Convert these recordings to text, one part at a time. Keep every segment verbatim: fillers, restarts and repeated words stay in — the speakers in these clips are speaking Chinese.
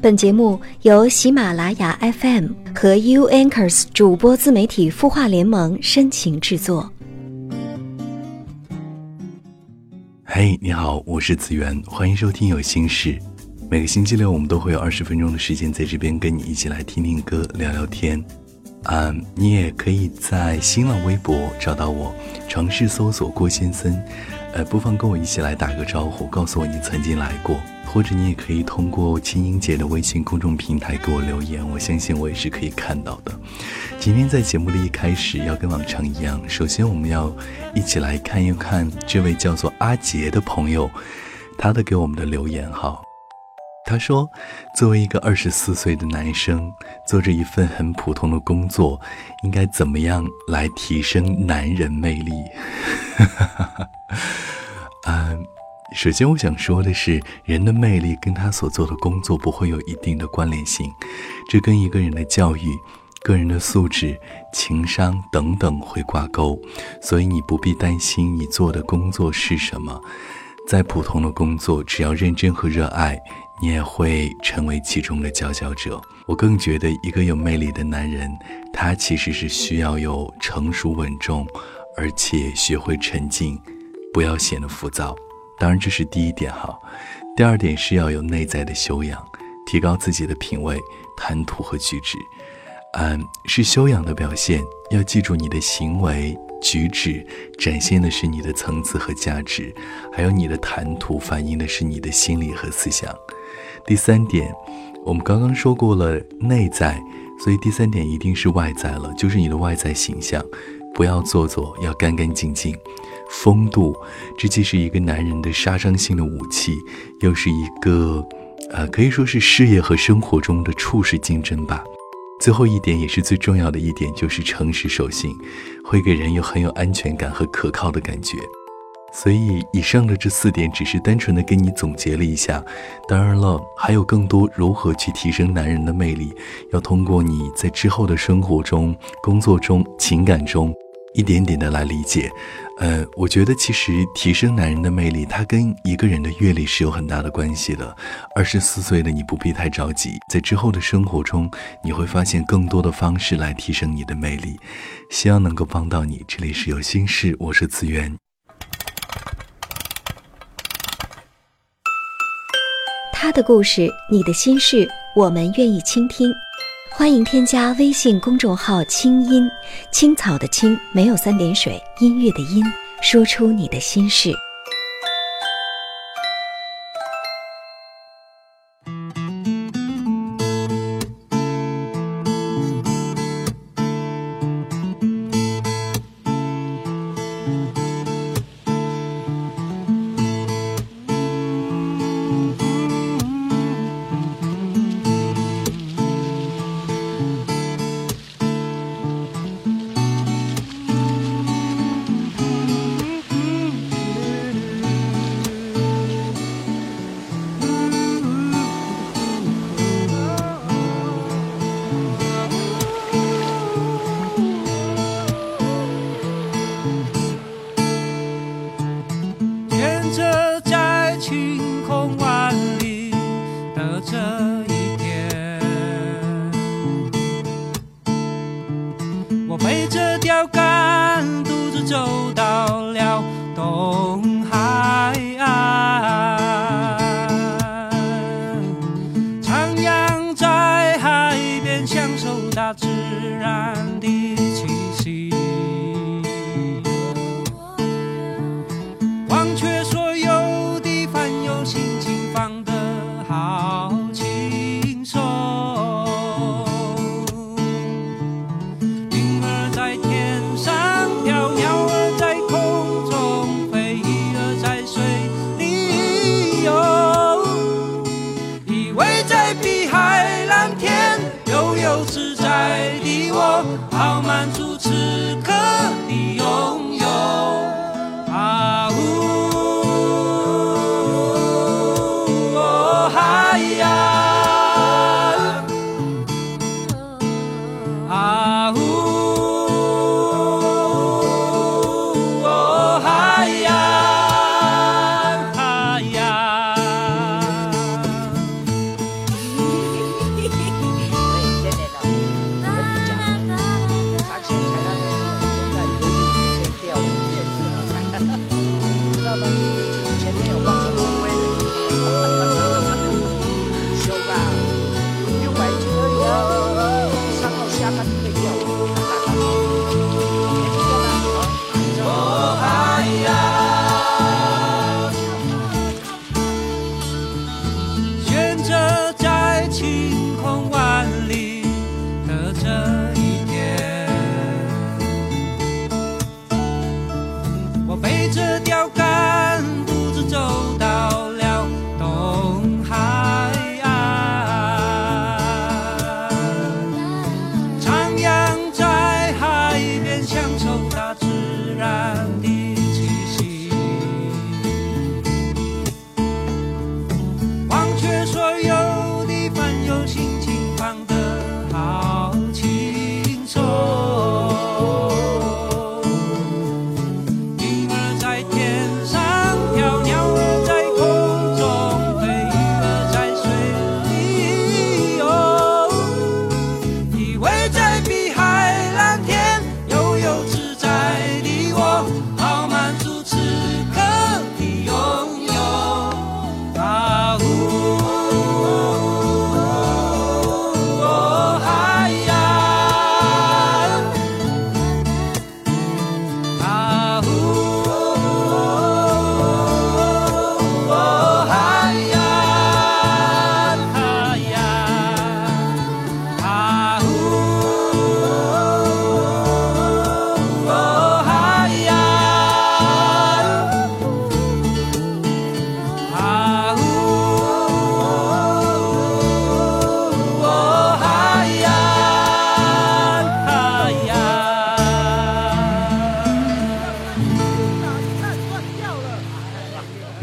本节目由喜马拉雅 F M 和 U Anchors 主播自媒体孵化联盟深情制作。 嘿、hey, 你好，我是子源，欢迎收听有心事。每个星期六我们都会有二十分钟的时间在这边跟你一起来听听歌聊聊天。啊、嗯，你也可以在新浪微博找到我，尝试搜索郭先生，呃，不妨跟我一起来打个招呼，告诉我你曾经来过，或者你也可以通过青音姐的微信公众平台给我留言，我相信我也是可以看到的。今天在节目的一开始要跟往常一样，首先我们要一起来看一看这位叫做阿杰的朋友他的给我们的留言哈。他说，作为一个二十四岁的男生，做着一份很普通的工作，应该怎么样来提升男人魅力？嗯，首先我想说的是，人的魅力跟他所做的工作不会有一定的关联性，这跟一个人的教育、个人的素质、情商等等会挂钩，所以你不必担心你做的工作是什么。再普通的工作，只要认真和热爱，你也会成为其中的佼佼者。我更觉得一个有魅力的男人，他其实是需要有成熟稳重，而且学会沉静，不要显得浮躁。当然这是第一点哈。第二点是要有内在的修养，提高自己的品味、谈吐和举止。嗯，是修养的表现，要记住你的行为举止展现的是你的层次和价值，还有你的谈吐反映的是你的心理和思想。第三点，我们刚刚说过了内在，所以第三点一定是外在了，就是你的外在形象，不要做作，要干干净净。风度，这既是一个男人的杀伤性的武器，又是一个呃，可以说是事业和生活中的处世竞争吧。最后一点也是最重要的一点，就是诚实守信，会给人有很有安全感和可靠的感觉。所以以上的这四点只是单纯的给你总结了一下，当然了，还有更多如何去提升男人的魅力，要通过你在之后的生活中、工作中、情感中一点点的来理解。呃，我觉得其实提升男人的魅力，它跟一个人的阅历是有很大的关系的。二十四岁的你不必太着急，在之后的生活中，你会发现更多的方式来提升你的魅力。希望能够帮到你。这里是有心事，我是子源。 他的故事，你的心事，我们愿意倾听。欢迎添加微信公众号清音，青草的青，没有三点水，音乐的音，说出你的心事。 好满足此刻的拥有啊呜哦嗨呀啊呜哦嗨呀嗨呀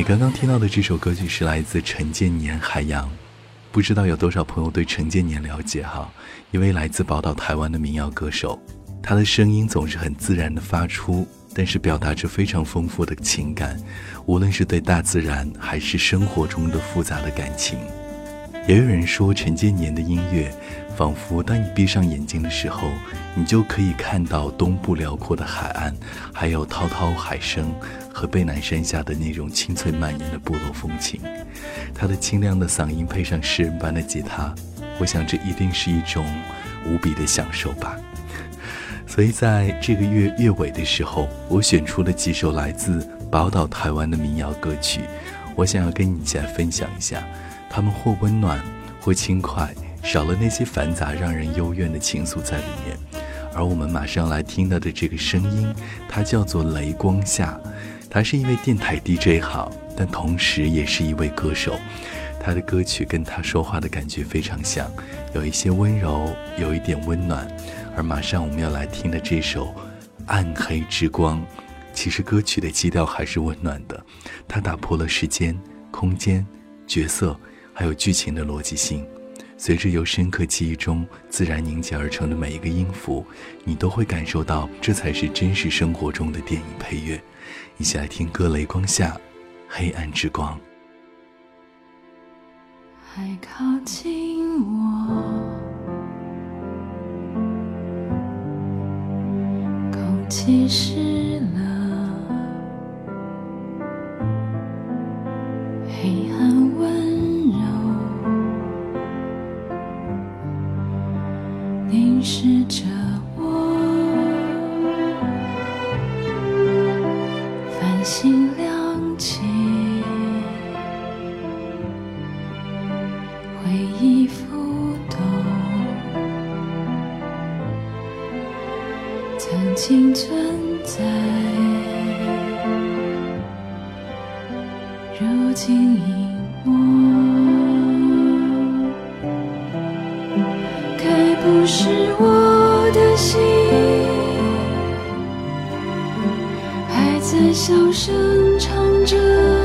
刚刚听到的这首歌曲是来自陈建年《海洋》，不知道有多少朋友对陈建年了解哈？一位来自宝岛台湾的民谣歌手，他的声音总是很自然地发出，但是表达着非常丰富的情感，无论是对大自然还是生活中的复杂的感情。也有人说陈建年的音乐仿佛当你闭上眼睛的时候，你就可以看到东部辽阔的海岸，还有滔滔海声和背南山下的那种清脆蔓延的部落风情。他的清亮的嗓音配上诗人般的吉他，我想这一定是一种无比的享受吧。所以在这个月月尾的时候，我选出了几首来自宝岛台湾的民谣歌曲，我想要跟你一起来分享一下，他们或温暖或轻快，少了那些繁杂让人幽怨的情愫在里面。而我们马上来听到的这个声音，它叫做雷光夏，他是一位电台 D J 好，但同时也是一位歌手。他的歌曲跟他说话的感觉非常像，有一些温柔，有一点温暖。而马上我们要来听的这首《暗黑之光》，其实歌曲的基调还是温暖的，它打破了时间、空间、角色还有剧情的逻辑性。随着由深刻记忆中自然凝结而成的每一个音符，你都会感受到这才是真实生活中的电影配乐。一起来听歌《雷光下黑暗之光》。 还靠近我，空气湿了，黑暗温柔凝视着我，繁星亮起，回忆浮动，曾经存在，如今隐没。该不是我的心还在小声唱着，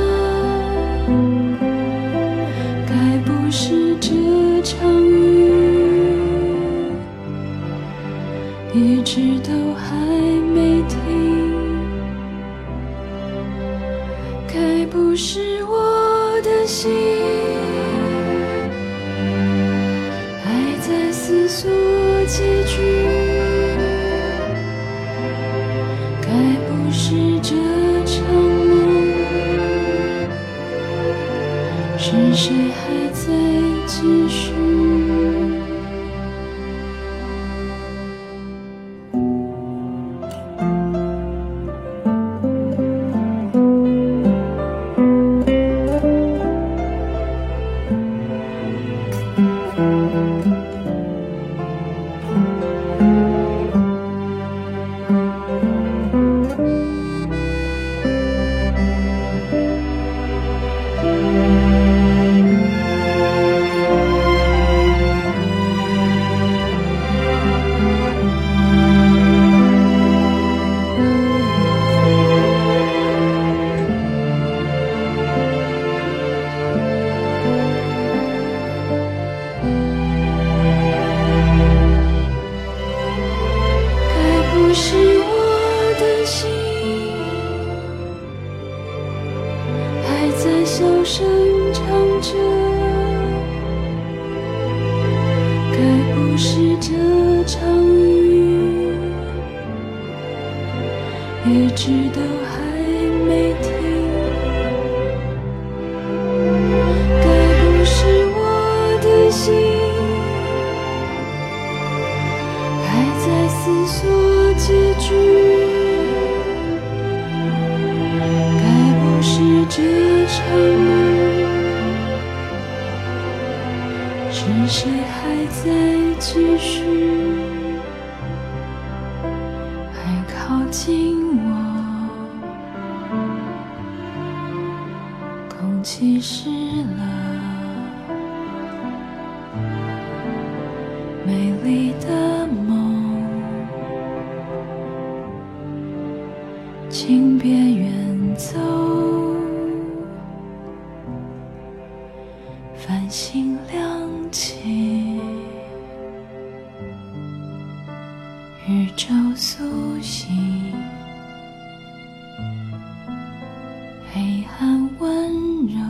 该不是这场雨一直都还没停，该不是我的心还在思索结局，该不是这场梦是谁还在继续。不是我的心还在小声唱着，该不是这场雨一直都还没停，该不是我的心还在思索结局，该不是这场梦是谁还在继续，还靠近我，空气湿了，美丽的梦，请别远走， 心亮起，宇宙苏醒，黑暗温柔，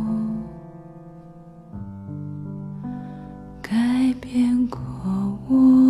改变过我。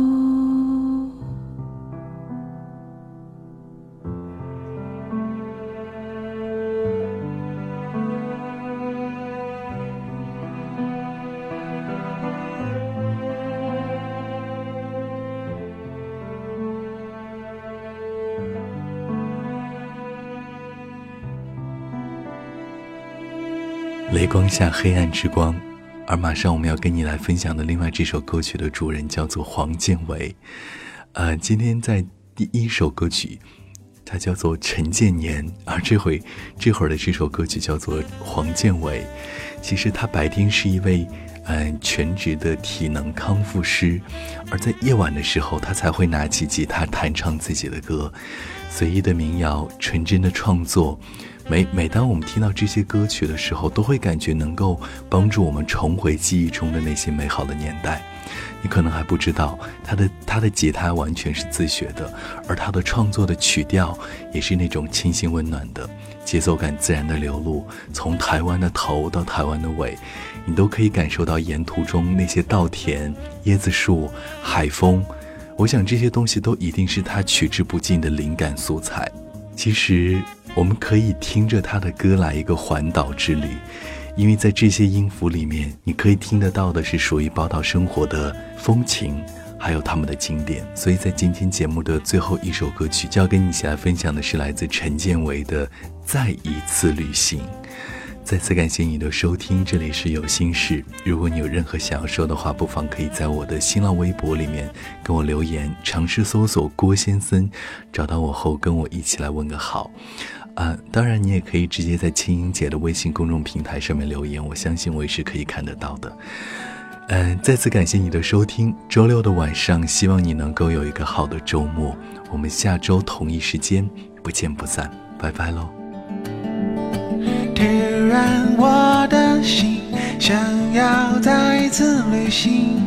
雷光下黑暗之光，而马上我们要跟你来分享的另外这首歌曲的主人叫做黄建伟。呃，今天在第一首歌曲它叫做陈建年，而这回这会儿的这首歌曲叫做黄建伟。其实他白天是一位嗯全职的体能康复师，而在夜晚的时候他才会拿起吉他弹唱自己的歌，随意的民谣，纯真的创作。每每当我们听到这些歌曲的时候，都会感觉能够帮助我们重回记忆中的那些美好的年代。你可能还不知道，他的他的吉他完全是自学的，而他的创作的曲调也是那种清新温暖的，节奏感自然的流露，从台湾的头到台湾的尾，你都可以感受到沿途中那些稻田、椰子树、海风。我想这些东西都一定是他取之不尽的灵感素材。其实我们可以听着他的歌来一个环岛之旅，因为在这些音符里面，你可以听得到的是属于宝岛生活的风情，还有他们的经典。所以在今天节目的最后一首歌曲，就要跟你一起来分享的是来自陈建伟的《再一次旅行》。再次感谢你的收听，这里是有心事。如果你有任何想要说的话，不妨可以在我的新浪微博里面跟我留言，尝试搜索郭先生，找到我后跟我一起来问个好。啊，当然你也可以直接在青音姐的微信公众平台上面留言，我相信我也是可以看得到的。嗯，再次感谢你的收听，周六的晚上希望你能够有一个好的周末，我们下周同一时间不见不散，拜拜咯。 突然我的心想要再次旅行，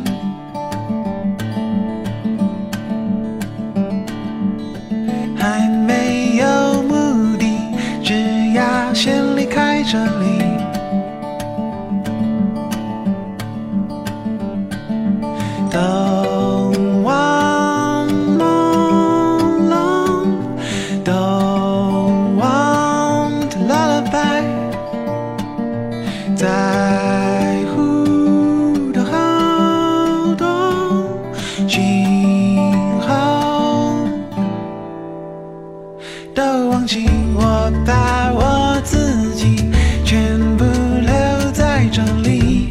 还没有目的，只要先离开这里。东望朦胧，东望的 lullaby， 在乎的好多今后都忘记，我把我自己全部留在这里。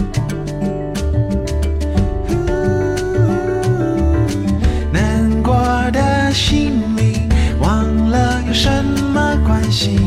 难过的心里忘了有什么关系。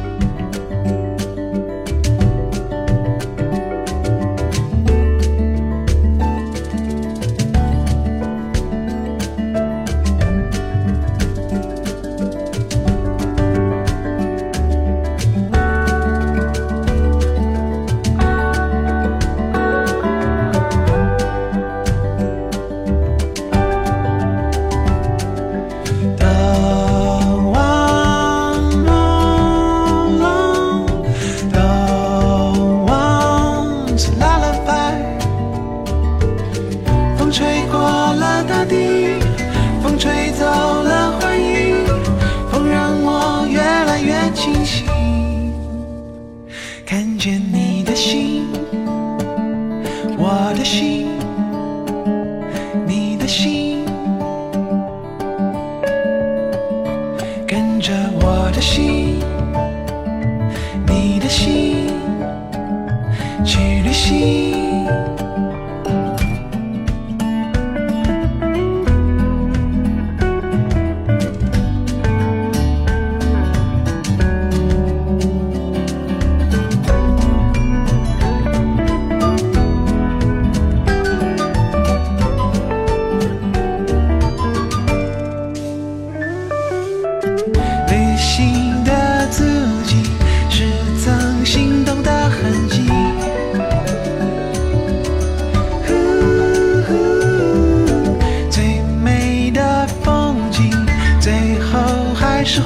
吹过了大地，风吹走了回忆，风让我越来越清晰，看见你的心，我的心，你的心，跟着我的心，你的心，去旅行。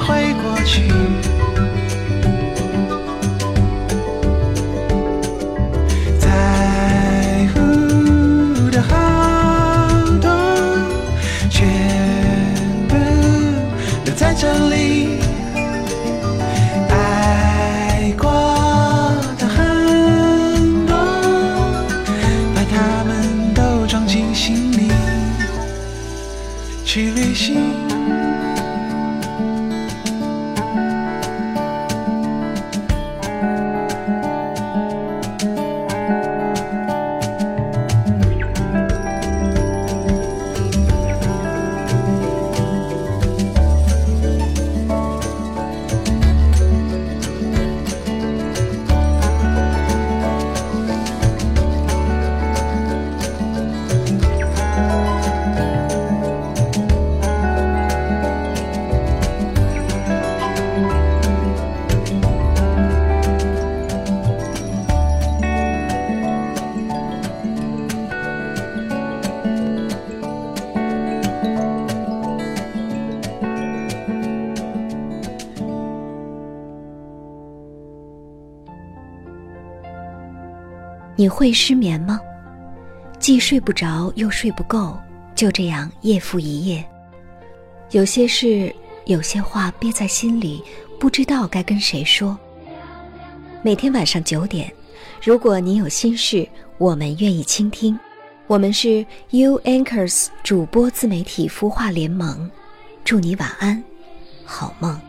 会过去。在乎的好多，全部都在这里。爱过的很多，把它们都装进心里，去旅行。 你会失眠吗？既睡不着又睡不够，就这样夜复一夜。有些事，有些话憋在心里，不知道该跟谁说。每天晚上九点，如果你有心事，我们愿意倾听。我们是 You Anchors 主播自媒体孵化联盟，祝你晚安，好梦。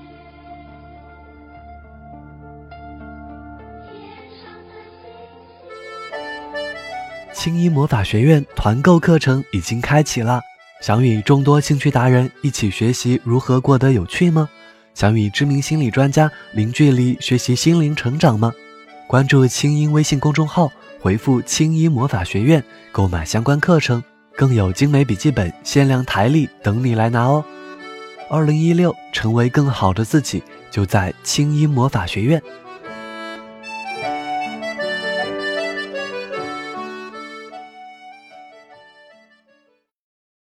青衣魔法学院团购课程已经开启了，想与众多兴趣达人一起学习如何过得有趣吗？想与知名心理专家零距离学习心灵成长吗？关注青音微信公众号，回复青衣魔法学院购买相关课程，更有精美笔记本限量台历等你来拿哦。二零一六成为更好的自己，就在青衣魔法学院。